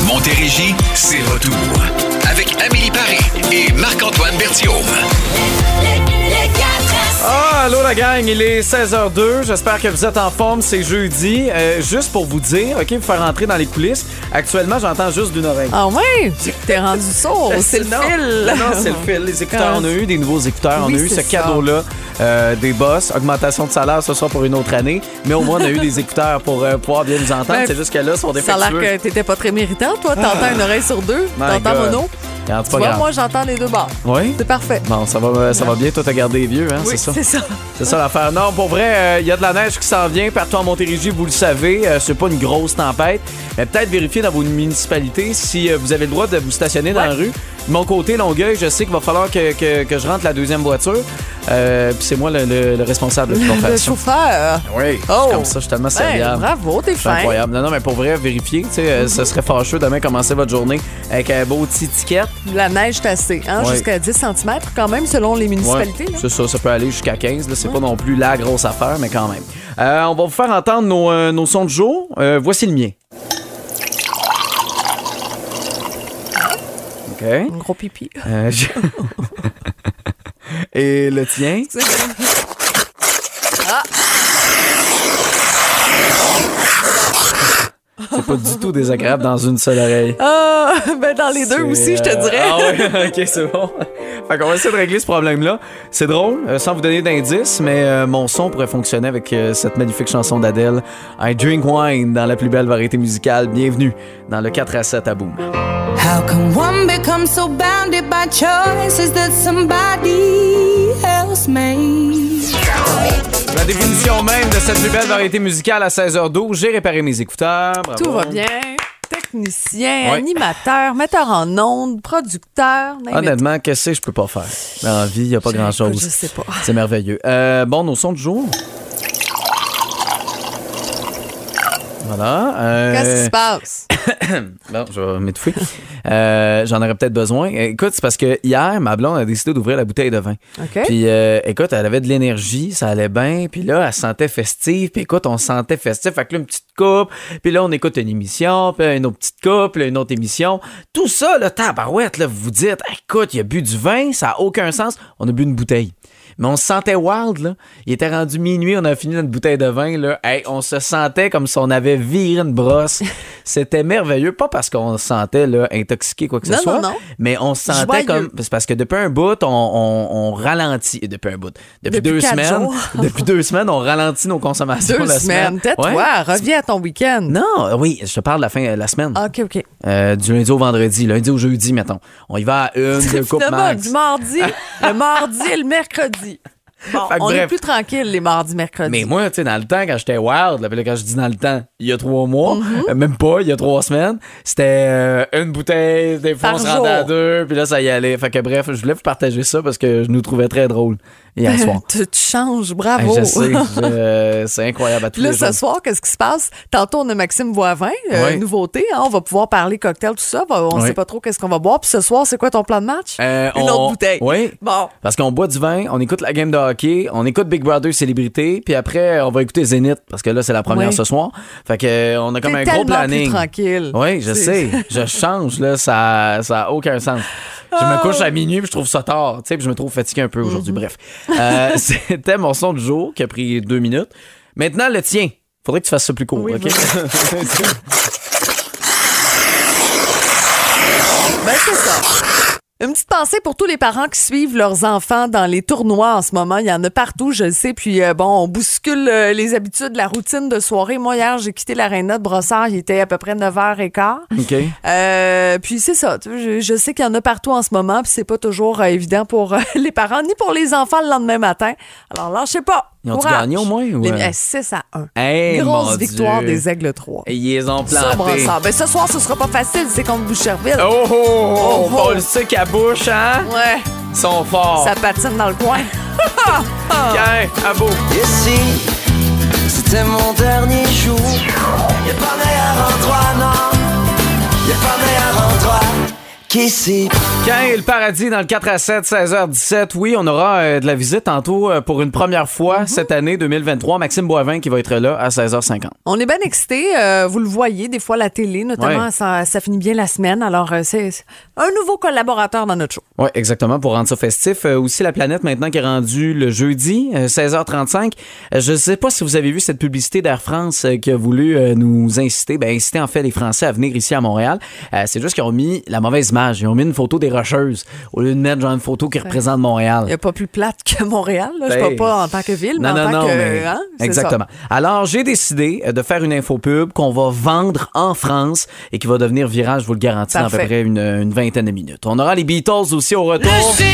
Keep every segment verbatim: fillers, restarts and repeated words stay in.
Montérégie, c'est retour. Avec Amélie Paris et Marc-Antoine Berthiaume. Ah, allô la gang, il est seize heures deux. J'espère que vous êtes en forme, c'est jeudi. Euh, juste pour vous dire, OK, vous faire rentrer dans les coulisses. Actuellement, j'entends juste d'une oreille. Ah ouais? T'es rendu sourd, c'est le non, fil. Non, c'est le fil. Les écouteurs, on a eu des nouveaux écouteurs. Oui, on a eu ce ça. cadeau-là euh, des boss. Augmentation de salaire, ce sera pour une autre année. Mais au moins, on a eu des écouteurs pour euh, pouvoir bien nous entendre. Ben, c'est juste que là, ils sont défectueux. Ça a l'air que t'étais pas très méritant, toi. T'entends Ah. une oreille sur deux. My T'entends God. mono. Regarde, c'est Tu pas vois, grave. moi, j'entends les deux bords. Oui? C'est parfait. Bon, ça va, ça va bien. Toi, t'as gardé les vieux, hein? Oui, c'est ça? c'est ça. C'est ça l'affaire. Non, pour vrai, il euh, y a de la neige qui s'en vient partout en Montérégie, vous le savez. Euh, c'est pas une grosse tempête. Mais peut-être vérifier dans vos municipalités si euh, vous avez le droit de vous stationner dans Ouais. la rue. De mon côté, Longueuil, je sais qu'il va falloir que, que, que je rentre la deuxième voiture. Euh, Puis c'est moi le, le, le responsable de cette Le opération. chauffeur. Oui, Oh. c'est comme ça, je suis tellement Ben, serviable. bravo, t'es C'est fin. incroyable. Non, non, mais pour vrai, vérifier. Tu sais, euh, ce serait fâcheux demain commencer votre journée avec un beau petit ticket. La neige tassée, hein, Ouais. jusqu'à dix centimètres quand même, selon les municipalités. Ouais, là. c'est ça, ça peut aller jusqu'à quinze. Là. C'est pas non plus la grosse affaire, mais quand même. Euh, on va vous faire entendre nos, euh, nos sons de jour. Euh, voici le mien. OK. Un gros pipi. Euh, je- Et le tien? Ah! C'est pas du tout désagréable dans une seule oreille. Ah, ben dans les deux C'est, aussi, je te euh, dirais. Ah ouais, ok, c'est bon. Fait qu'on va essayer de régler ce problème-là. C'est drôle, euh, sans vous donner d'indices, mais euh, mon son pourrait fonctionner avec euh, cette magnifique chanson d'Adèle, I Drink Wine, dans la plus belle variété musicale. Bienvenue dans le quatre à sept à Boom. How can one become so bounded by choices that somebody else made? La définition même de cette plus belle variété musicale à seize heures douze, j'ai réparé mes écouteurs. Bravo. Tout va bien. Technicien, Ouais. animateur, metteur en ondes, producteur. name it. Honnêtement, qu'est-ce que je peux pas faire? Dans la vie, il n'y a pas Je- grand-chose. je sais pas. C'est merveilleux. Euh, bon, nos sons du jour. Voilà. euh, Qu'est-ce qui se passe? Bon, je vais m'étouffer. Euh, j'en aurais peut-être besoin. Écoute, c'est parce que hier, ma blonde a décidé d'ouvrir la bouteille de vin. OK. Puis, euh, écoute, elle avait de l'énergie, ça allait bien. Puis là, elle se sentait festive. Puis écoute, on se sentait festif. Fait que là, une petite coupe. Puis là, on écoute une émission. Puis une autre petite coupe. Puis là, une autre émission. Tout ça, là, tabarouette, là, vous vous dites, écoute, il a bu du vin, ça n'a aucun sens. On a bu une bouteille. Mais on se sentait wild, là. Il était rendu minuit, on a fini notre bouteille de vin, là. Hey, on se sentait comme si on avait viré une brosse. C'était merveilleux. Pas parce qu'on se sentait, là, intoxiqué, quoi que Non, ce soit. non, non. Mais on se sentait Joyeux. comme... C'est parce que depuis un bout, on, on, on ralentit... Depuis un bout. Depuis, Depuis deux quatre semaines. jours. Depuis deux semaines, on ralentit nos consommations Deux la semaines. semaine. Tais-toi, Ouais. reviens à ton week-end. Non, oui, je te parle de la fin de la semaine. OK, OK. Euh, du lundi au vendredi, lundi au jeudi, mettons. On y va à une, deux coupes Finalement, max. du mardi, le mardi et le mercredi. Bon, Fait que on est bref. plus tranquille les mardis, mercredis. Mais moi, tu sais, dans le temps, quand j'étais wild, là, puis là, quand je dis dans le temps, il y a trois mois, Mm-hmm. euh, même pas, il y a trois semaines, c'était euh, une bouteille, des fois Par on se rendait à jour. deux, puis là, ça y allait. Fait que bref, je voulais vous partager ça parce que je nous trouvais très drôle hier soir. tu, tu changes, Hey, bravo. je sais, je- c'est incroyable à tous Puis là, les ce jours. soir, qu'est-ce qui se passe? Tantôt, on a Maxime Boivin, euh, Oui. nouveauté. Hein, on va pouvoir parler cocktail, tout ça. On Oui. sait pas trop qu'est-ce qu'on va boire. Puis ce soir, c'est quoi ton plan de match? Euh, Une on- autre bouteille. Oui. Bon. Parce qu'on boit du vin, on écoute la game de hockey, on écoute Big Brother Célébrité, puis après, on va écouter Zénith, parce que là, c'est la première Oui. ce soir. Fait que, euh, on a comme T'es un gros tellement planning. plus tranquille. Oui, je C'est- sais. Je change, là, ça ça a aucun sens. Je me couche à minuit puis je trouve ça tard, tu sais, puis je me trouve fatigué un peu aujourd'hui. Mm-hmm. Bref, Euh, c'était mon son du jour qui a pris deux minutes. Maintenant, le tien. Faudrait que tu fasses ça plus court, Oui, OK? Ben, c'est ça. Une petite pensée pour tous les parents qui suivent leurs enfants dans les tournois en ce moment. Il y en a partout, je le sais. Puis, euh, bon, on bouscule euh, les habitudes, la routine de soirée. Moi, hier, j'ai quitté l'aréna de Brossard. Il était à peu près neuf heures quinze. OK. Euh, puis c'est ça. Tu sais, Je, je sais qu'il y en a partout en ce moment. Puis c'est pas toujours euh, évident pour euh, les parents ni pour les enfants le lendemain matin. Alors là, je sais pas. Ils ont-tu Courage. gagné au moins, ou, Les- euh? euh, six à un. Hey, Grosse mon victoire Dieu. des Aigles trois. Et ils les ont Sur plantés. Brossard. Ben, ce soir, ce sera pas facile. C'est contre Boucherville. Oh, oh, oh, Oh, oh. on le sait qu'à bouche, hein? Ouais. Ils sont forts. Ça patine dans le coin. Tiens, à bout. Et si c'était mon dernier jour? Y'a pas meilleur en toi, non. Y'a pas meilleur en toi qu'ici. Quand est le paradis dans le quatre à sept, seize heures dix-sept? Oui, on aura euh, de la visite tantôt euh, pour une première fois mm-hmm. cette année deux mille vingt-trois. Maxime Boivin qui va être là à seize heures cinquante. On est bien excités. Euh, vous le voyez des fois à la télé, notamment, ouais. ça, ça finit bien la semaine. Alors, euh, c'est un nouveau collaborateur dans notre show. Oui, exactement, pour rendre ça festif. Euh, aussi, la planète maintenant qui est rendue le jeudi, euh, seize heures trente-cinq. Euh, je ne sais pas si vous avez vu cette publicité d'Air France euh, qui a voulu euh, nous inciter, ben inciter en fait les Français à venir ici à Montréal. Euh, c'est juste qu'ils ont mis la mauvaise image. Ils ont mis une photo des Rocheuses au lieu de mettre genre une photo qui représente Montréal. Il n'y a pas plus plate que Montréal. Là. Ben, je ne parle pas en tant que ville, mais non, en non, tant non, que... Mais... Hein? Exactement. Ça. Alors, j'ai décidé de faire une infopub qu'on va vendre en France et qui va devenir virale, je vous le garantis, dans à peu près une, une vingtaine de minutes. On aura les Beatles aussi au retour.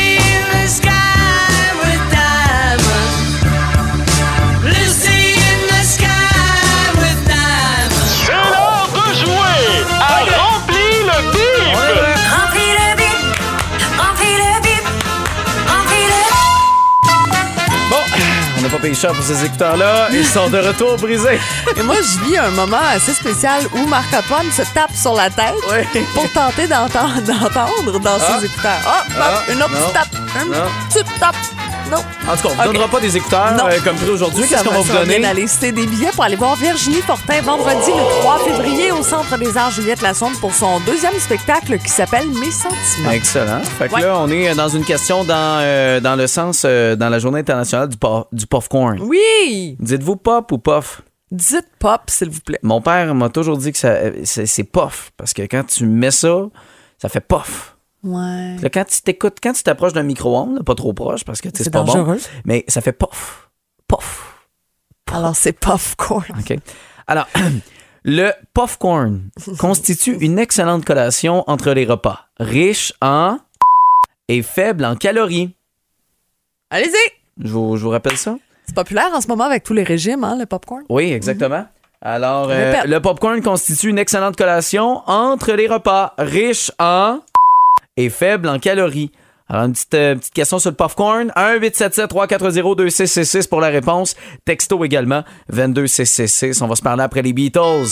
On n'a pas payé cher pour ces écouteurs-là. Ils sont de retour brisés. Et moi, je vis un moment assez spécial où Marc-Antoine se tape sur la tête oui. pour tenter d'entendre, d'entendre dans ah. ses écouteurs. Ah, ah une autre petite tape. Une petite tape. Non. En tout cas, on ne vous okay. donnera pas des écouteurs euh, comme pris aujourd'hui. Qu'est-ce qu'on va vous donner? D'aller citer des billets pour aller voir Virginie Fortin vendredi le trois février au Centre des Arts Juliette Lassonde pour son deuxième spectacle qui s'appelle Mes sentiments. Excellent. Fait que ouais. là, on est dans une question dans, euh, dans le sens, euh, dans la journée internationale du, po- du popcorn. Oui! Dites-vous pop ou puff? Dites pop, s'il vous plaît. Mon père m'a toujours dit que ça, c'est, c'est puff parce que quand tu mets ça, ça fait puff. Ouais. Là, quand tu t'écoutes, quand tu t'approches d'un micro-ondes, là, pas trop proche parce que c'est, c'est pas dangereux. Bon, mais ça fait puff. Puff. puff. Alors, c'est puffcorn. OK. Alors, le puffcorn constitue une excellente collation entre les repas, riche en et faible en calories. Allez-y! Je vous, je vous rappelle ça. C'est populaire en ce moment avec tous les régimes, hein, le popcorn. Oui, exactement. Mm-hmm. Alors, euh, le popcorn constitue une excellente collation entre les repas, riche en et faible en calories. Alors, une petite, euh, petite question sur le popcorn. un huit sept sept trois quatre zéro deux six six six pour la réponse. Texto également, vingt-deux six six six. On va se parler après les Beatles.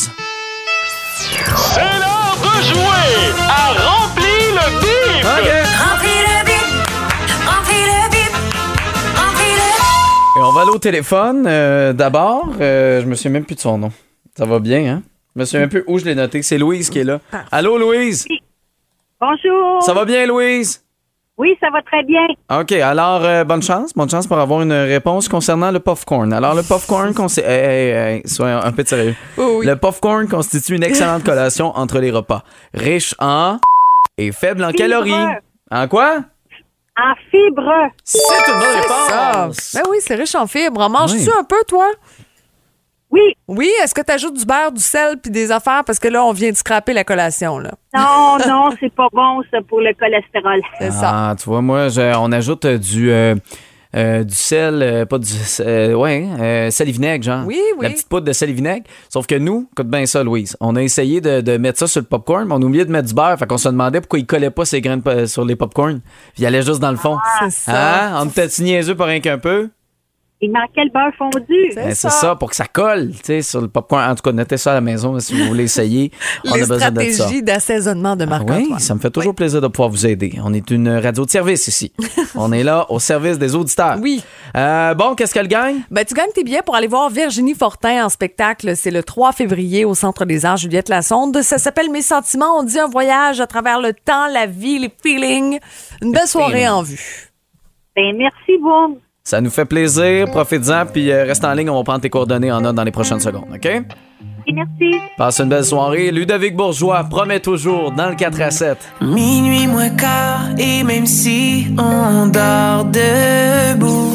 C'est l'heure de jouer à Remplis le bip! Okay. Remplis le bip! Remplis le bip! Remplis le... Et on va aller au téléphone. Euh, d'abord, euh, je me souviens même plus de son nom. Ça va bien, hein? Je me souviens même plus où je l'ai noté. C'est Louise qui est là. Allô, Louise? Bonjour. Ça va bien, Louise? Oui, ça va très bien. OK, alors, euh, bonne chance. Bonne chance pour avoir une réponse concernant le popcorn. Alors, le popcorn, consti- hey, hey, hey, soyez un peu de sérieux. Oh oui. Le popcorn constitue une excellente collation entre les repas. Riche en et faible en Fibre. calories. En quoi? En fibres. C'est une bonne réponse. Ben oui, c'est riche en fibres. En manges-tu Oui. un peu, toi? Oui. Oui, est-ce que tu ajoutes du beurre, du sel puis des affaires? Parce que là, on vient de scraper la collation, là. Non, non, c'est pas bon, ça, pour le cholestérol. C'est ça. Ah, tu vois, moi, je- on ajoute euh, du... euh, Euh, du sel, euh, pas du euh, ouais, euh, sel et vinaigre, genre. Oui, oui. La petite poudre de sel et vinaigre. Sauf que nous, écoute bien ça, Louise. On a essayé de, de mettre ça sur le popcorn, mais on a oublié de mettre du beurre. Fait qu'on se demandait pourquoi il collait pas ses graines po- sur les popcorn. Puis il allait juste dans le fond. C'est ça. Hein? On était niaiseux pour rien qu'un peu. Il manquait le beurre fondu. C'est Ben, c'est ça. ça, pour que ça colle, tu sais, sur le popcorn. En tout cas, notez ça à la maison là, si vous voulez essayer. On Les a besoin de ça. stratégies d'assaisonnement de Ah Marc-Antoine. oui, ça me fait toujours plaisir de pouvoir vous aider. On est une radio de service ici. On est là au service des auditeurs. Oui. Euh, bon, qu'est-ce qu'elle gagne? Ben, tu gagnes tes billets pour aller voir Virginie Fortin en spectacle. C'est le trois février au Centre des Arts Juliette Lassonde. Ça s'appelle Mes sentiments. On dit un voyage à travers le temps, la vie, les feelings. Une belle soirée en vue. Ben, merci, vous. Ça nous fait plaisir. Profite-en, puis euh, reste en ligne. On va prendre tes coordonnées en note dans les prochaines secondes, OK? Et merci. Passe une belle soirée. Ludovic Bourgeois promet toujours dans le quatre à sept. Minuit moins quart, et même si on dort debout.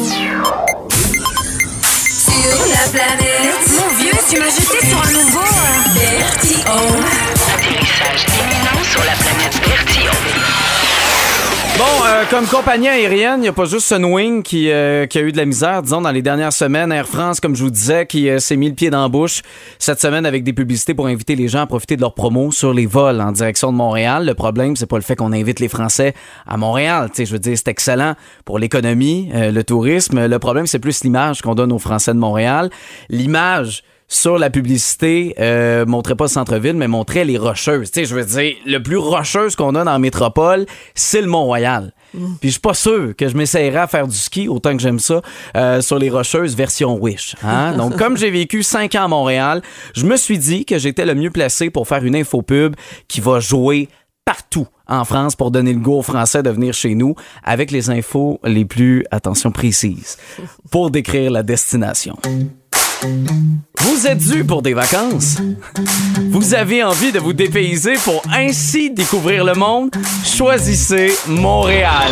Sur la planète. Mon vieux, tu m'as jeté sur un nouveau euh, Bertillon. Atterrissage imminent sur la planète Bertillon. Bon, euh, comme compagnie aérienne, il n'y a pas juste Sunwing qui, euh, qui a eu de la misère, disons, dans les dernières semaines. Air France, comme je vous disais, qui euh, s'est mis le pied dans la bouche cette semaine avec des publicités pour inviter les gens à profiter de leur promo sur les vols en direction de Montréal. Le problème, c'est pas le fait qu'on invite les Français à Montréal. Tu sais, je veux dire, c'est excellent pour l'économie, euh, le tourisme. Le problème, c'est plus l'image qu'on donne aux Français de Montréal. L'image sur la publicité, euh, montrait pas le centre-ville, mais montrait les Rocheuses. Tu sais, je veux dire, le plus rocheuse qu'on a dans la métropole, c'est le Mont-Royal. Mm. Puis je suis pas sûr que je m'essayerais à faire du ski, autant que j'aime ça, euh, sur les Rocheuses version Wish. Hein? Donc, comme j'ai vécu cinq ans à Montréal, je me suis dit que j'étais le mieux placé pour faire une infopub qui va jouer partout en France pour donner le goût aux Français de venir chez nous avec les infos les plus, attention, précises pour décrire la destination. Vous êtes dû pour des vacances? Vous avez envie de vous dépayser pour ainsi découvrir le monde? Choisissez Montréal.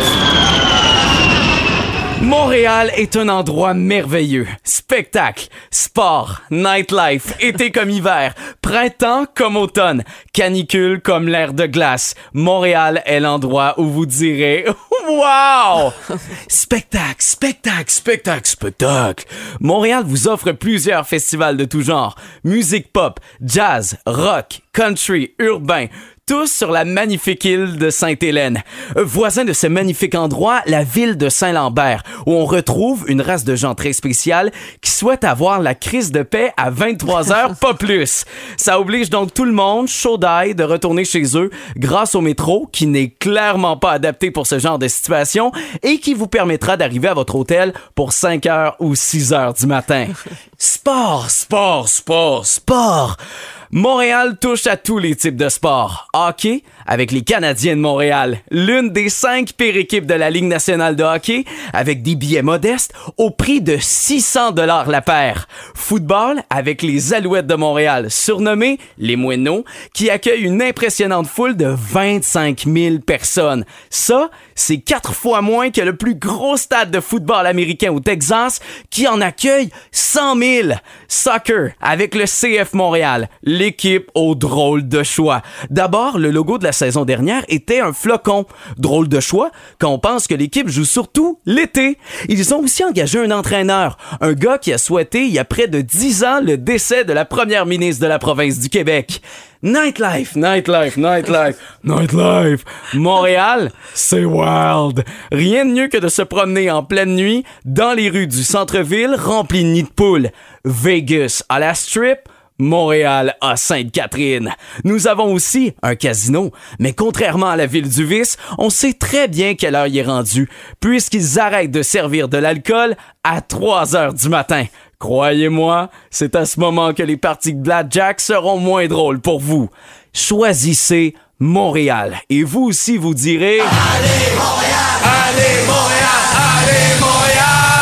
Montréal est un endroit merveilleux. Spectacle, sport, nightlife, été comme hiver, printemps comme automne, canicule comme l'air de glace. Montréal est l'endroit où vous direz « Wow! » Spectacle, spectacle, spectacle, spectacle. Montréal vous offre plusieurs festivals de tout genre. Musique pop, jazz, rock, country, urbain. Tous sur la magnifique île de Sainte-Hélène. Voisin de ce magnifique endroit, la ville de Saint-Lambert, où on retrouve une race de gens très spéciale qui souhaitent avoir la crise de paix à vingt-trois heures, pas plus. Ça oblige donc tout le monde, chaud d'ail, de retourner chez eux grâce au métro, qui n'est clairement pas adapté pour ce genre de situation et qui vous permettra d'arriver à votre hôtel pour cinq heures ou six heures du matin. Sport, sport, sport, sport. Montréal touche à tous les types de sports. Hockey, avec les Canadiens de Montréal, l'une des cinq pires équipes de la Ligue nationale de hockey, avec des billets modestes au prix de six cents dollars la paire. Football, avec les Alouettes de Montréal, surnommés les Moineaux, qui accueillent une impressionnante foule de vingt-cinq mille personnes. Ça, c'est quatre fois moins que le plus gros stade de football américain au Texas, qui en accueille cent mille. Soccer, avec le C F Montréal, l'équipe au drôle de choix. D'abord, le logo de la saison dernière était un flocon. Drôle de choix quand on pense que l'équipe joue surtout l'été. Ils ont aussi engagé un entraîneur, un gars qui a souhaité il y a près de dix ans le décès de la première ministre de la province du Québec. Nightlife, nightlife, nightlife, nightlife. Montréal, c'est wild. Rien de mieux que de se promener en pleine nuit dans les rues du centre-ville remplies de nids de poules. Vegas à la Strip, Montréal à Sainte-Catherine. Nous avons aussi un casino, mais contrairement à la ville du vice, on sait très bien quelle heure il est rendu, puisqu'ils arrêtent de servir de l'alcool à trois heures du matin. Croyez-moi, c'est à ce moment que les parties de blackjack seront moins drôles pour vous. Choisissez Montréal. Et vous aussi, vous direz... Allez, Montréal! Allez, Montréal! Allez, Montréal!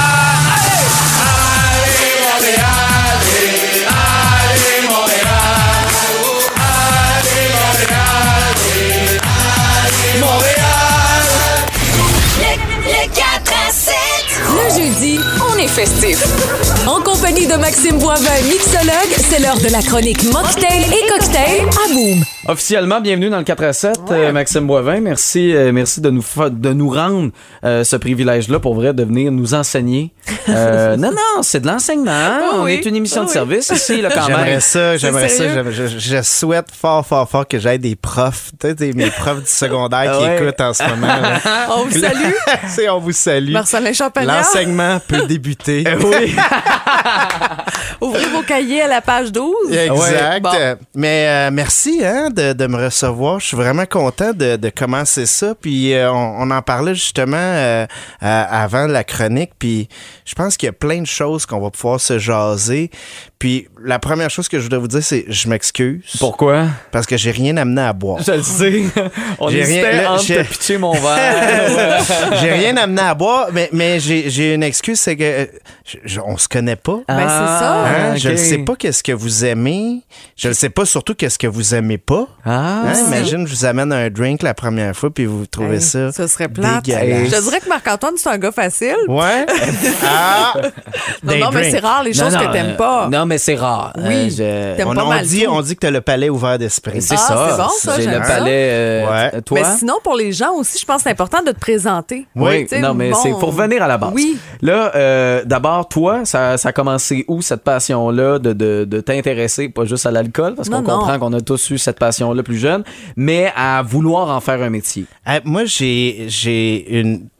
Le jeudi, on est festif. En compagnie de Maxime Boivin, mixologue, c'est l'heure de la chronique Mocktail et Cocktail à Boom. Officiellement, bienvenue dans le quatre à sept, ouais. euh, Maxime Boivin. Merci, euh, merci de nous, fa- de nous rendre euh, ce privilège-là pour vrai de venir nous enseigner. Euh, non, non, c'est de l'enseignement. Oh, on oui. est une émission oh, de service oui. ici, là, quand j'aimerais même. Ça, j'aimerais ça, j'aimerais ça. Je, je souhaite fort, fort, fort que j'aie des profs, tu sais, mes profs du secondaire qui ouais. écoutent en ce moment. Là. On vous salue. C'est, on vous salue. Marcelin Champagnat. L'enseignement peut débuter. Euh, oui. Ouvrez vos cahiers à la page douze. Exact. Ouais. Bon. Mais euh, merci hein, de, de me recevoir. Je suis vraiment content de, de commencer ça. Puis euh, on, on en parlait justement euh, euh, avant la chronique. Puis je pense qu'il y a plein de choses qu'on va pouvoir se jaser. Puis la première chose que je voudrais vous dire, c'est je m'excuse. Pourquoi? Parce que j'ai rien amené à boire. Je le sais. On j'ai hésitait rien, entre j'ai... te pitcher mon verre. J'ai rien amené à boire, mais, mais j'ai, j'ai une excuse, c'est que je, je, on se connaît pas. Ben, c'est ça. Hein? Okay. Je ne sais pas qu'est-ce que vous aimez. Je ne sais pas surtout qu'est-ce que vous aimez pas. Ah, hein? Imagine, je vous amène un drink la première fois puis vous trouvez hey, ça ça serait plate. Dégueulasse. Je dirais que Marc-Antoine, c'est un gars facile. Ouais. Ah! Non, non mais c'est rare les choses non, non, que t'aimes pas. Non, mais c'est rare. Oui. Euh, je... on, pas on, mal dit, on dit que t'as le palais ouvert d'esprit. C'est ah, ça. C'est bon, ça. J'ai j'aime le ça. palais. Euh, ouais. Toi? Mais sinon, pour les gens aussi, je pense que c'est important de te présenter. Oui. T'sais, non, mais bon, c'est pour revenir à la base. Oui. Là, euh, d'abord, toi, ça, ça a commencé où cette passion-là de, de, de t'intéresser, pas juste à l'alcool, parce qu'on non, comprend non. qu'on a tous eu cette passion-là plus jeune, mais à vouloir en faire un métier? Euh, moi, j'ai, j'ai une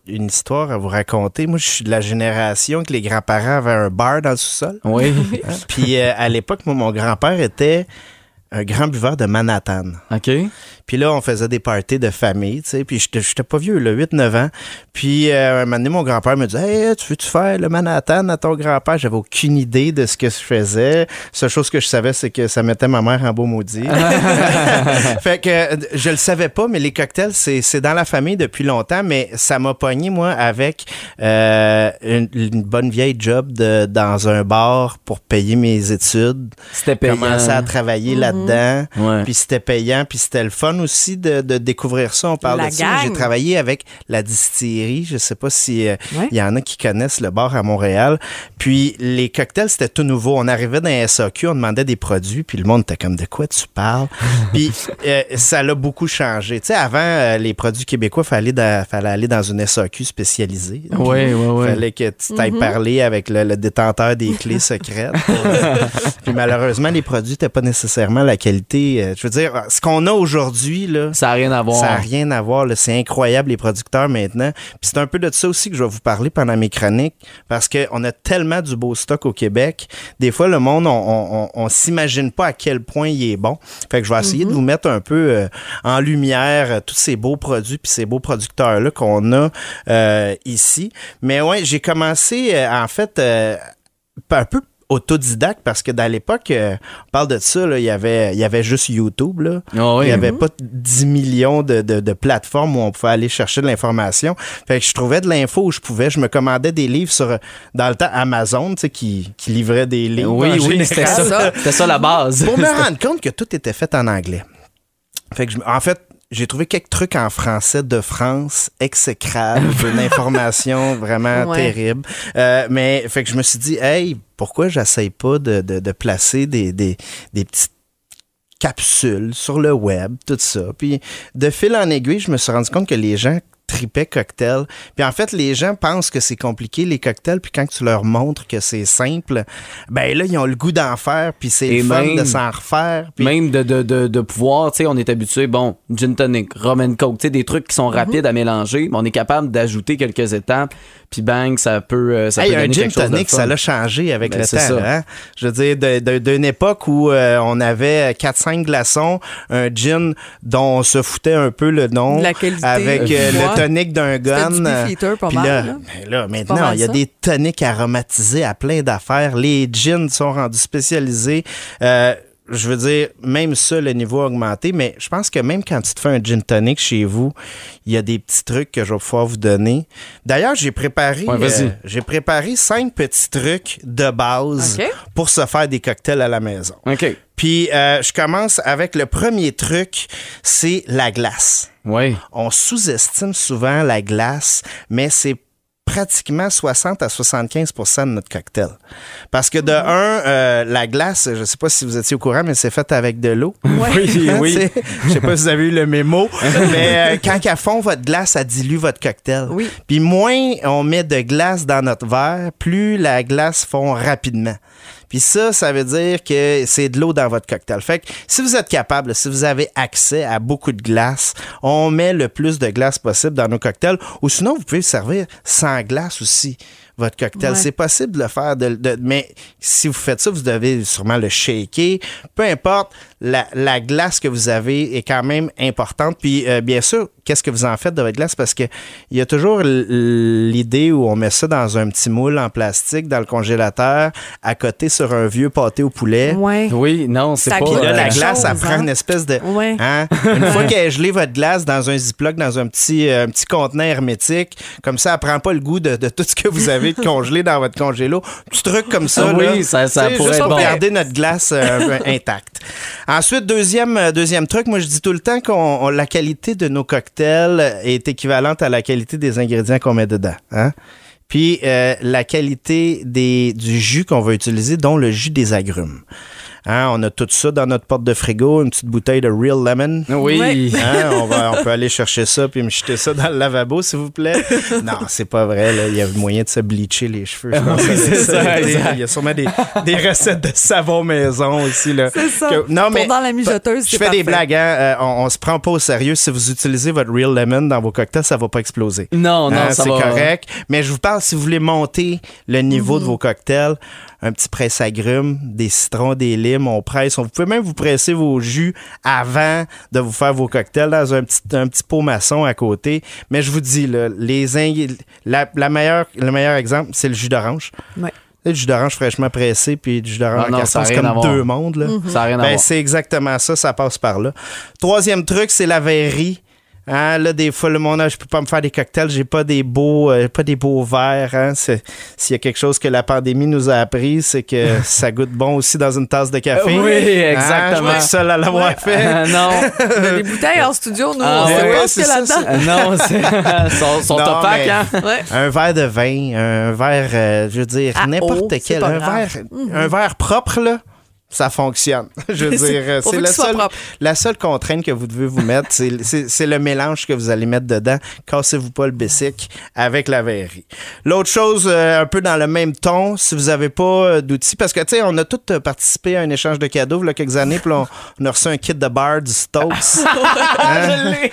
une histoire à vous raconter. Moi, je suis de la génération que les grands-parents avaient un bar dans le sous-sol. Oui. Hein? Puis euh, à l'époque, moi, mon grand-père était un grand buveur de Manhattan. OK. Puis là, on faisait des parties de famille, tu sais. Puis j'étais, j'étais pas vieux, là, huit neuf ans. Puis euh, un moment donné, mon grand-père me dit « Hey, tu veux-tu faire le Manhattan à ton grand-père? » J'avais aucune idée de ce que je faisais. La seule chose que je savais, c'est que ça mettait ma mère en beau maudit. Fait que je le savais pas, mais les cocktails, c'est, c'est dans la famille depuis longtemps. Mais ça m'a pogné, moi, avec euh, une, une bonne vieille job de, dans un bar pour payer mes études. C'était payant. Commencer à travailler mm-hmm. là-dedans. Ouais. Puis c'était payant, puis c'était le fun aussi de, de découvrir ça. On parle La de ça. gang. J'ai travaillé avec la distillerie. Je sais pas si euh, ouais. y en a qui connaissent le bar à Montréal. Puis les cocktails, c'était tout nouveau. On arrivait dans les S A Q, on demandait des produits, puis le monde était comme « De quoi tu parles? » Puis euh, ça l'a beaucoup changé. Tu sais, avant, euh, les produits québécois, il fallait, dans, fallait aller dans une S A Q spécialisée. Oui, oui, oui. Il fallait que tu t'ailles mm-hmm. parler avec le, le détenteur des clés secrètes. Puis malheureusement, les produits n'étaient pas nécessairement la qualité. Euh, je veux dire, ce qu'on a aujourd'hui, là, ça n'a rien à voir. Ça n'a rien à voir. Là. C'est incroyable, les producteurs maintenant. Puis c'est un peu de ça aussi que je vais vous parler pendant mes chroniques, parce qu'on a tellement du beau stock au Québec. Des fois, le monde, on, on, on s'imagine pas à quel point il est bon. Fait que je vais essayer mm-hmm. de vous mettre un peu euh, en lumière euh, tous ces beaux produits puis ces beaux producteurs-là qu'on a euh, ici. Mais ouais, j'ai commencé, euh, en fait, euh, un peu autodidacte, parce que dans l'époque, euh, on parle de ça, là, il y avait, il y avait juste YouTube. Là. Oh oui. Il n'y avait mm-hmm. pas dix millions de, de, de plateformes où on pouvait aller chercher de l'information. Fait que je trouvais de l'info où je pouvais. Je me commandais des livres sur, dans le temps, Amazon, tu sais, qui, qui livrait des livres. Oui, oui, c'était ça. C'était ça la base. Pour me rendre compte que tout était fait en anglais. Fait que je, en fait, j'ai trouvé quelques trucs en français de France exécrables, une information vraiment ouais. terrible. Euh, mais fait que je me suis dit, hey, pourquoi j'essaye pas de, de, de placer des, des, des petites capsules sur le web, tout ça. Puis de fil en aiguille, je me suis rendu compte que les gens tripaient cocktail. Puis en fait, les gens pensent que c'est compliqué, les cocktails, puis quand tu leur montres que c'est simple, ben là, ils ont le goût d'en faire, puis c'est Et le fun même, de s'en refaire. Puis... Même de, de, de, de pouvoir, tu sais, on est habitué, bon, gin tonic, rum and coke, tu sais, des trucs qui sont rapides mm-hmm. à mélanger, mais on est capable d'ajouter quelques étapes, puis bang, ça peut, ça hey, peut donner un gin quelque chose tonic, de fun. Ça l'a changé avec ben, le c'est temps. Ça. Là, hein? Je veux dire, de, de, d'une époque où euh, on avait quatre cinq glaçons, un gin dont on se foutait un peu le nom, la qualité, avec euh, le le tonic d'un gun. Beefeater, pas Puis mal, là, là. ben là, maintenant, il y a ça. Des tonics aromatisés à plein d'affaires. Les gins sont rendus spécialisés. Euh, je veux dire, même ça, le niveau a augmenté, mais je pense que même quand tu te fais un gin tonic chez vous, il y a des petits trucs que je vais pouvoir vous donner. D'ailleurs, j'ai préparé, ouais, euh, j'ai préparé cinq petits trucs de base okay. pour se faire des cocktails à la maison. OK. Puis, euh, je commence avec le premier truc, c'est la glace. Oui. On sous-estime souvent la glace, mais c'est pratiquement soixante à soixante-quinze pour cent de notre cocktail. Parce que de mm-hmm. un, euh, la glace, je ne sais pas si vous étiez au courant, mais c'est fait avec de l'eau. Ouais. Oui, oui. Je ne sais pas si vous avez eu le mémo, mais euh, quand elle fond votre glace, elle dilue votre cocktail. Oui. Puis moins on met de glace dans notre verre, plus la glace fond rapidement. Puis ça, ça veut dire que c'est de l'eau dans votre cocktail. Fait que si vous êtes capable, si vous avez accès à beaucoup de glace, on met le plus de glace possible dans nos cocktails. Ou sinon, vous pouvez servir sans glace aussi votre cocktail. Ouais. C'est possible de le faire, de, de, mais si vous faites ça, vous devez sûrement le shaker. Peu importe, la, la glace que vous avez est quand même importante. Puis euh, bien sûr, qu'est-ce que vous en faites de votre glace? Parce que il y a toujours l'idée où on met ça dans un petit moule en plastique dans le congélateur, à côté sur un vieux pâté au poulet. Ouais. Oui, non, c'est ça pas... Puis là, la chose, glace, ça hein? prend une espèce de... Ouais. Hein? Une fois qu'elle a gelé votre glace dans un Ziploc, dans un petit, euh, un petit contenant hermétique, comme ça, elle prend pas le goût de, de tout ce que vous avez de congelé dans votre congélo. Petit truc comme ça. Ah, là, oui, ça, ça pourrait juste être pour bon. garder notre glace euh, intacte. Ensuite, deuxième, deuxième truc, moi je dis tout le temps que la qualité de nos cocktails est équivalente à la qualité des ingrédients qu'on met dedans. Hein? Puis euh, la qualité des, du jus qu'on va utiliser, dont le jus des agrumes. Hein, on a tout ça dans notre porte de frigo, une petite bouteille de Real Lemon. Oui. Hein, on, va, on peut aller chercher ça puis me jeter ça dans le lavabo, s'il vous plaît. Non, c'est pas vrai. Là. Il y a moyen de se bleacher les cheveux. Je pense Oui, que c'est ça. ça, Il y a- exact. il y a sûrement des, des recettes de savon maison aussi. Là, C'est ça. Que- non, Pour mais dans la mijoteuse, je c'est fais des parfait. blagues. Hein? Euh, on, on se prend pas au sérieux. Si vous utilisez votre Real Lemon dans vos cocktails, ça va pas exploser. Non, non, Hein, ça c'est va. correct. Mais je vous parle, si vous voulez monter le niveau de vos cocktails, un petit presse-agrumes, des citrons, des limes, on presse. On, vous pouvez même vous presser vos jus avant de vous faire vos cocktails dans un petit, un petit pot maçon à côté. Mais je vous dis, là, les ing- la, la meilleure, le meilleur exemple, c'est le jus d'orange. Ouais. Le jus d'orange fraîchement pressé puis du jus d'orange Ah en non, carton, ça a c'est rien à comme voir. deux mondes. Là. Ça n'a rien à Ben, voir. c'est exactement ça, ça passe par là. Troisième truc, c'est la verrerie. Hein, là, des fois, le monde, ah, je peux pas me faire des cocktails, j'ai pas des beaux, euh, pas des beaux verres. Hein. C'est- S'il y a quelque chose que la pandémie nous a appris, c'est que ça goûte bon aussi dans une tasse de café. Oui, Hein, je suis exactement. pas le seul à l'avoir Ouais. fait. Ah, non. On a des bouteilles en studio, nous, Ah, on sait ouais, pas ouais, ce qu'il y c'est a ça, là-dedans. Ah, non, c'est. sont sont Non, opaques, mais- hein? Ouais. Un verre de vin, un verre, euh, je veux dire, Ah, n'importe oh, c'est quel. pas Un grave. verre, un verre propre, là. Ça fonctionne. Je veux dire, euh, Pourvu c'est qu'il la soit seule, propre. la seule contrainte que vous devez vous mettre, c'est, c'est, c'est le mélange que vous allez mettre dedans. Cassez-vous pas le bessic avec la verrerie. L'autre chose, euh, un peu dans le même ton, si vous avez pas euh, d'outils, parce que, tu sais, on a tous euh, participé à un échange de cadeaux il y a quelques années, puis là, on, on a reçu un kit de bar du Stokes. Hein? Je l'ai.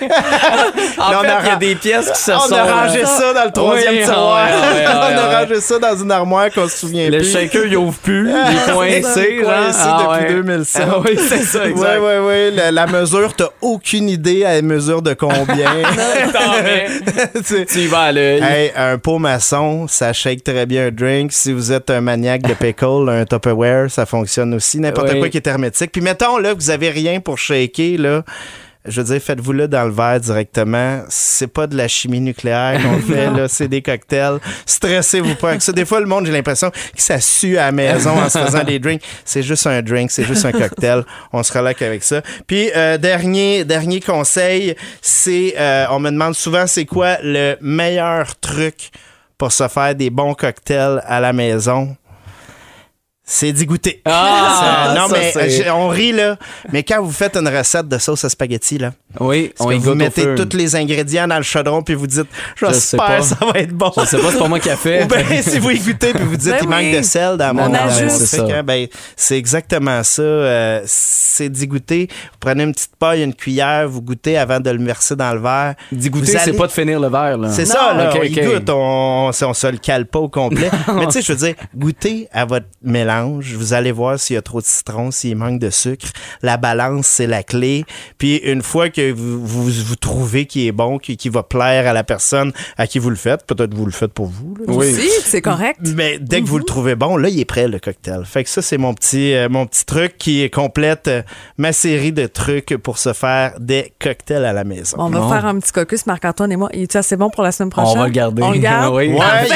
En Là, on fait, a il y a ra- des pièces qui se on sont. a rangé ça dans le troisième Oui, tiroir. ouais, ouais, ouais, on a ouais. rangé ça dans une armoire qu'on se souvient Le plus. shaker, il ouvre plus. Il est coincé, genre. Coincé Ah, depuis ouais. deux mille sept. Ah oui, c'est ça, Oui, exact. oui, oui. La, la mesure, t'as aucune idée à la mesure de combien. Attends, mais Tu- tu y vas à l'œil. Hey, un pot maçon, ça shake très bien un drink. Si vous êtes un maniaque de pickle, un Tupperware, ça fonctionne aussi. N'importe Oui. quoi qui est hermétique. Puis mettons là que vous avez rien pour shaker, là. Je veux dire, faites-vous-le dans le verre directement. C'est pas de la chimie nucléaire qu'on fait, là. C'est des cocktails. Stressez-vous pas avec ça. Des fois, le monde, j'ai l'impression que ça sue à la maison en se faisant des drinks. C'est juste un drink, c'est juste un cocktail. On se relaxe avec ça. Puis, euh, dernier, dernier conseil, c'est, euh, on me demande souvent, c'est quoi le meilleur truc pour se faire des bons cocktails à la maison? C'est d'y goûter. Ah, Ça- non, ça, mais c'est- euh, on rit, là. Mais quand vous faites une recette de sauce à spaghetti, là, Oui, parce on que y vous goûte au mettez feu. tous les ingrédients dans le chaudron puis vous dites Je sais j'espère pas. ça va être bon. Je sais pas, c'est pas moi qui a fait. Ou bien si vous y goûtez puis vous dites Ben il oui. manque de sel dans mon Non, non, dans mon c'est steak, ça. hein, ben, c'est exactement ça. Euh, c'est d'y goûter. Vous prenez une petite paille, une cuillère, vous goûtez avant de le verser dans le verre. D'y goûter, Vous c'est allez- pas de finir le verre, là. C'est ça, là. Ok, on y ok. goûte, on, on, on se le cale pas au complet. Mais tu sais, je veux dire, goûtez à votre mélange. Vous allez voir s'il y a trop de citron, s'il manque de sucre. La balance, c'est la clé. Puis une fois que vous, vous, vous trouvez qu'il est bon, qui, qui va plaire à la personne à qui vous le faites, peut-être vous le faites pour vous. Là. Oui. Si, c'est correct. Mais dès que vous le trouvez bon, là, il est prêt, le cocktail. Fait que ça, c'est mon petit, euh, mon petit truc qui complète euh, ma série de trucs pour se faire des cocktails à la maison. On va Bon. faire un petit caucus, Marc-Antoine et moi. Il est assez bon pour la semaine prochaine? On va le garder. On le garde? Oui. Ouais,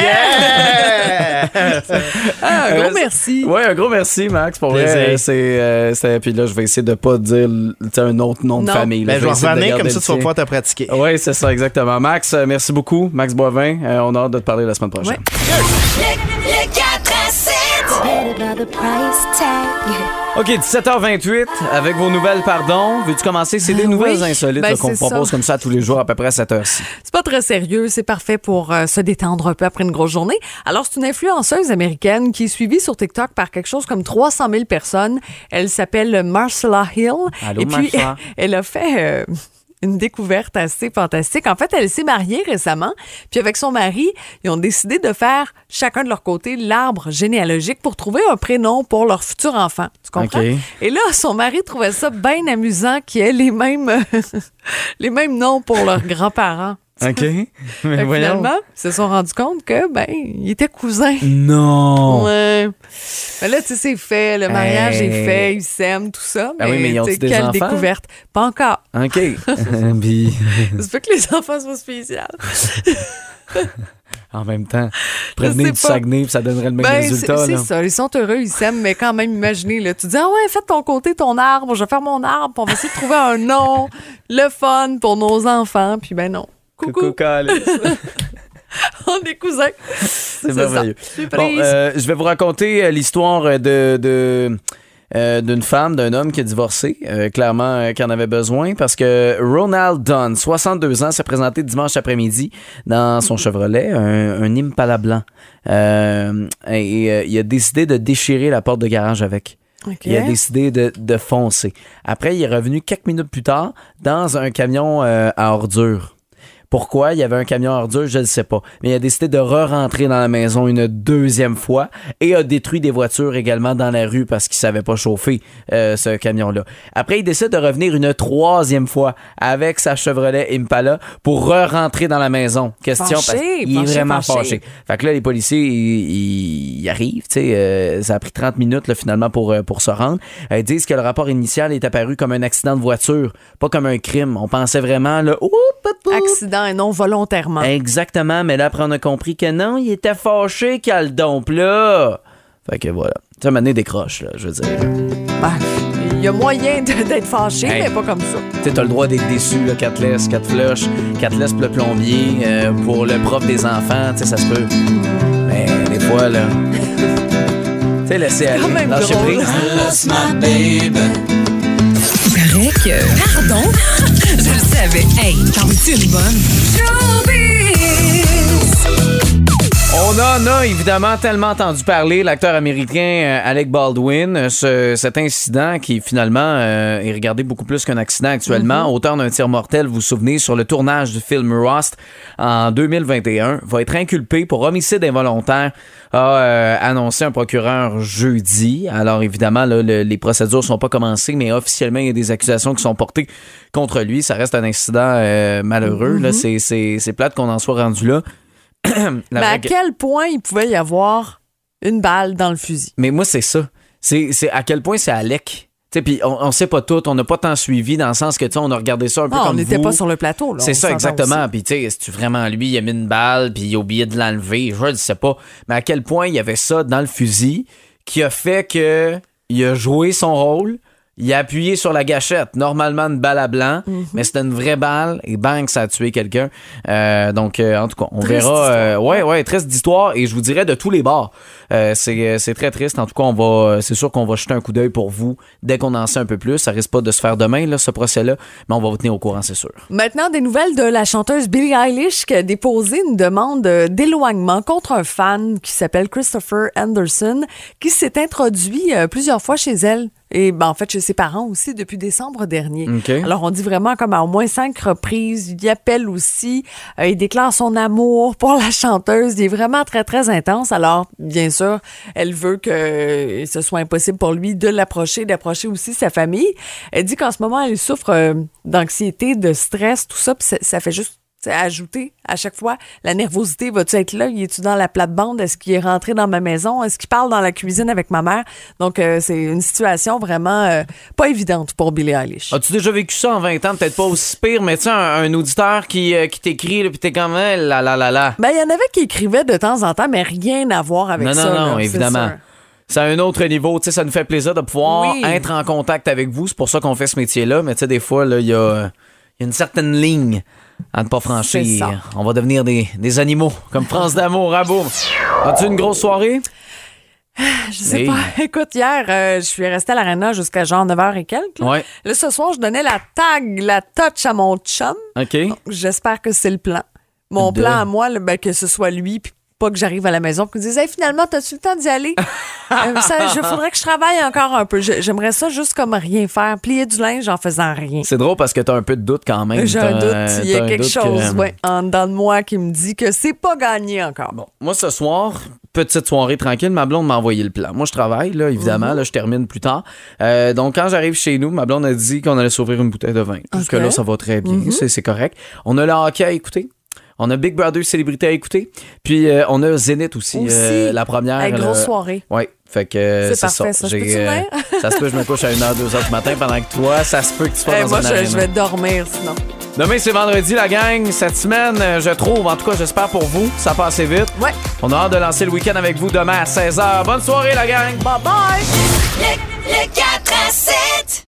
yeah! Ah, un gros Euh, merci. Ouais, un gros merci, Max. Pour Plaisir. vrai, c'est, euh, c'est- puis là, je vais essayer de pas dire tu sais, un autre nom de Non. famille. là. Ben, je vais essayer de revenir, garder comme ça, le tu vas tien. pouvoir te pratiquer. Oui, c'est ça, exactement. Max, euh, merci beaucoup. Max Boivin, euh, on a hâte de te parler la semaine prochaine. OK, dix-sept heures vingt-huit, avec vos nouvelles, pardon. Veux-tu commencer? C'est des Ah, nouvelles oui. insolites Ben, là, qu'on c'est propose ça. comme ça tous les jours à peu près à cette heure-ci. C'est pas très sérieux, c'est parfait pour euh, se détendre un peu après une grosse journée. Alors, c'est une influenceuse américaine qui est suivie sur TikTok par quelque chose comme trois cent mille personnes. Elle s'appelle Marcella Hill. Allô, Et puis, Marcella. elle a fait euh, une découverte assez fantastique. En fait, elle s'est mariée récemment, puis avec son mari, ils ont décidé de faire chacun de leur côté l'arbre généalogique pour trouver un prénom pour leur futur enfant. Tu comprends? OK. Et là, son mari trouvait ça bien amusant qu'il y ait les mêmes, les mêmes noms pour leurs grands-parents. OK. Fait Mais que voyons. finalement, ils se sont rendus compte que, ben, ils étaient cousins. Non. Ouais. Mais là, tu sais, c'est fait, le mariage Hey. est fait, ils s'aiment, tout ça. Ah oui, mais ils ont-tu tu sais, des quelle enfants? découverte? Pas encore. OK. Puis, Ça fait que les enfants soient spéciaux. en même temps, prévenez sais du pas. Saguenay, puis ça donnerait le même Ben, c'est résultat. c'est là. ça. Ils sont heureux, ils s'aiment, mais quand même, imaginez, là, tu dis, ah ouais, fais de ton côté ton arbre, je vais faire mon arbre, puis on va essayer de trouver un nom, le fun pour nos enfants, puis ben non. Coucou, Coucou, Calice. on est cousins. C'est ça. merveilleux. Surprise. Bon, euh, je vais vous raconter euh, l'histoire de, de euh, d'une femme, d'un homme qui a divorcé, euh, clairement euh, qui en avait besoin, parce que Ronald Dunn, soixante-deux ans, s'est présenté dimanche après-midi dans son Chevrolet, un, un Impala blanc. Euh, et euh, il a décidé de déchirer la porte de garage avec. Okay. Il a décidé de, de foncer. Après, il est revenu quelques minutes plus tard dans un camion euh, à ordures. Pourquoi il y avait un camion à ordures, je ne sais pas. Mais il a décidé de re-rentrer dans la maison une deuxième fois et a détruit des voitures également dans la rue parce qu'il ne savait pas chauffer euh, ce camion-là. Après, il décide de revenir une troisième fois avec sa Chevrolet Impala pour re-rentrer dans la maison. Question, fâché, parce qu'il fâché, est vraiment fâché. fâché. Fait que là, les policiers, ils, ils arrivent. Tu sais, euh, ça a pris trente minutes là, finalement pour, pour se rendre. Euh, ils disent que le rapport initial est apparu comme un accident de voiture, pas comme un crime. On pensait vraiment, là, oup, oup, oup. Accident et non volontairement. Exactement, mais là, après, on a compris que non, il était fâché qu'à le dompe là. Fait que voilà. Ça m'a donné des croches, là, je veux dire. Ben, il y a moyen de, d'être fâché, hey. mais pas comme ça. Tu sais, t'as le droit d'être déçu, là, qu'elle te laisse, qu'elle te flush, qu'elle te laisse pour le plombier, euh, pour le prof des enfants, tu sais, ça se peut. Mais des fois, là. Tu sais, laisser aller. Quand même lâcher drôle. prise. Paraît que... Pardon? Je le savais. Hey, t'en veux-tu une bonne? On en a évidemment tellement entendu parler, l'acteur américain euh, Alec Baldwin, euh, ce, cet incident qui finalement euh, est regardé beaucoup plus qu'un accident actuellement. Mm-hmm. Auteur d'un tir mortel, vous vous souvenez, sur le tournage du film Rust en deux mille vingt et un, va être inculpé pour homicide involontaire, a euh, annoncé un procureur jeudi. Alors évidemment, là, le, les procédures sont pas commencées, mais officiellement, il y a des accusations qui sont portées contre lui. Ça reste un incident euh, malheureux. Mm-hmm. Là, c'est, c'est, c'est plate qu'on en soit rendu là. Mais à quel point il pouvait y avoir une balle dans le fusil? Mais moi, c'est ça. C'est, c'est à quel point c'est Alec. Puis on, on sait pas tout, on n'a pas tant suivi dans le sens que on a regardé ça un peu ah, comme on n'était vous. pas sur le plateau. Là, c'est ça, exactement. Puis tu sais, est-ce que vraiment lui, il a mis une balle, puis il a oublié de l'enlever? Je ne sais pas. Mais à quel point il y avait ça dans le fusil qui a fait que il a joué son rôle. Il a appuyé sur la gâchette, normalement une balle à blanc, mm-hmm. mais c'était une vraie balle et bang, ça a tué quelqu'un. Euh, donc, euh, en tout cas, on triste verra. Euh, ouais, ouais, triste d'histoire et je vous dirais de tous les bords. Euh, c'est, c'est très triste. En tout cas, on va, c'est sûr qu'on va jeter un coup d'œil pour vous dès qu'on en sait un peu plus. Ça risque pas de se faire demain, là, ce procès-là, mais on va vous tenir au courant, c'est sûr. Maintenant, des nouvelles de la chanteuse Billie Eilish qui a déposé une demande d'éloignement contre un fan qui s'appelle Christopher Anderson, qui s'est introduit euh, plusieurs fois chez elle. Et ben, en fait, chez ses parents aussi depuis décembre dernier. Okay. Alors, on dit vraiment comme à au moins cinq reprises. Il y appelle aussi. Euh, il déclare son amour pour la chanteuse. Il est vraiment très, très intense. Alors, bien sûr, elle veut que ce soit impossible pour lui de l'approcher, d'approcher aussi sa famille. Elle dit qu'en ce moment, elle souffre euh, d'anxiété, de stress, tout ça. Puis ça, ça fait juste ajouter à chaque fois la nervosité. Va-tu être là? Es-tu dans la plate-bande? Est-ce qu'il est rentré dans ma maison? Est-ce qu'il parle dans la cuisine avec ma mère? Donc, euh, c'est une situation vraiment euh, pas évidente pour Billie Eilish. As-tu déjà vécu ça en vingt ans? Peut-être pas aussi pire, mais tu sais, un, un auditeur qui, euh, qui t'écrit, puis t'es comme là, là, là, là, là. Ben, il y en avait qui écrivaient de temps en temps, mais rien à voir avec non, ça. Non, non, non, là, évidemment. C'est à un autre niveau. Tu sais, ça nous fait plaisir de pouvoir oui. être en contact avec vous. C'est pour ça qu'on fait ce métier-là. Mais tu sais, des fois, il y a, y a une certaine ligne à ne pas franchir. On va devenir des, des animaux, comme France d'amour à boum. As-tu une grosse soirée? Je sais hey. pas. Écoute, hier, euh, je suis restée à l'Arena jusqu'à genre neuf heures et quelques. Là. Ouais. là, ce soir, je donnais la tag, la touch à mon chum. OK. Donc, j'espère que c'est le plan. Mon de... plan à moi, là, ben, que ce soit lui, puis pas que j'arrive à la maison, puis qu'il dise hey, finalement, t'as-tu le temps d'y aller? euh, ça, je faudrait que je travaille encore un peu. Je, j'aimerais ça juste comme rien faire, plier du linge en faisant rien. C'est drôle parce que t'as un peu de doute quand même. J'ai t'as, un doute. Il y a quelque chose, que... ouais, en dedans de moi qui me dit que c'est pas gagné encore. Bon, moi ce soir, petite soirée tranquille, ma blonde m'a envoyé le plan. Moi je travaille, là, évidemment, mm-hmm. là, je termine plus tard. Euh, donc quand j'arrive chez nous, ma blonde a dit qu'on allait s'ouvrir une bouteille de vin. Jusque okay. là, ça va très bien, mm-hmm. c'est, c'est correct. On a le hockey à écouter. On a Big Brother Célébrité à écouter. Puis euh, on a Zénith aussi, aussi euh, la première. Avec grosse euh, soirée. Oui, fait que euh, c'est, c'est parfait, ça. ça. J'ai, euh, ça se peut que je me couche à une heure, deux heures du matin pendant que toi, ça se peut que tu sois hey, dans moi, un je, aréna. je vais dormir sinon. Demain, c'est vendredi, la gang. Cette semaine, je trouve, en tout cas, j'espère pour vous, ça passe vite. Ouais. On a hâte de lancer le week-end avec vous demain à seize heures. Bonne soirée, la gang. Bye bye. Le, le quatre à sept.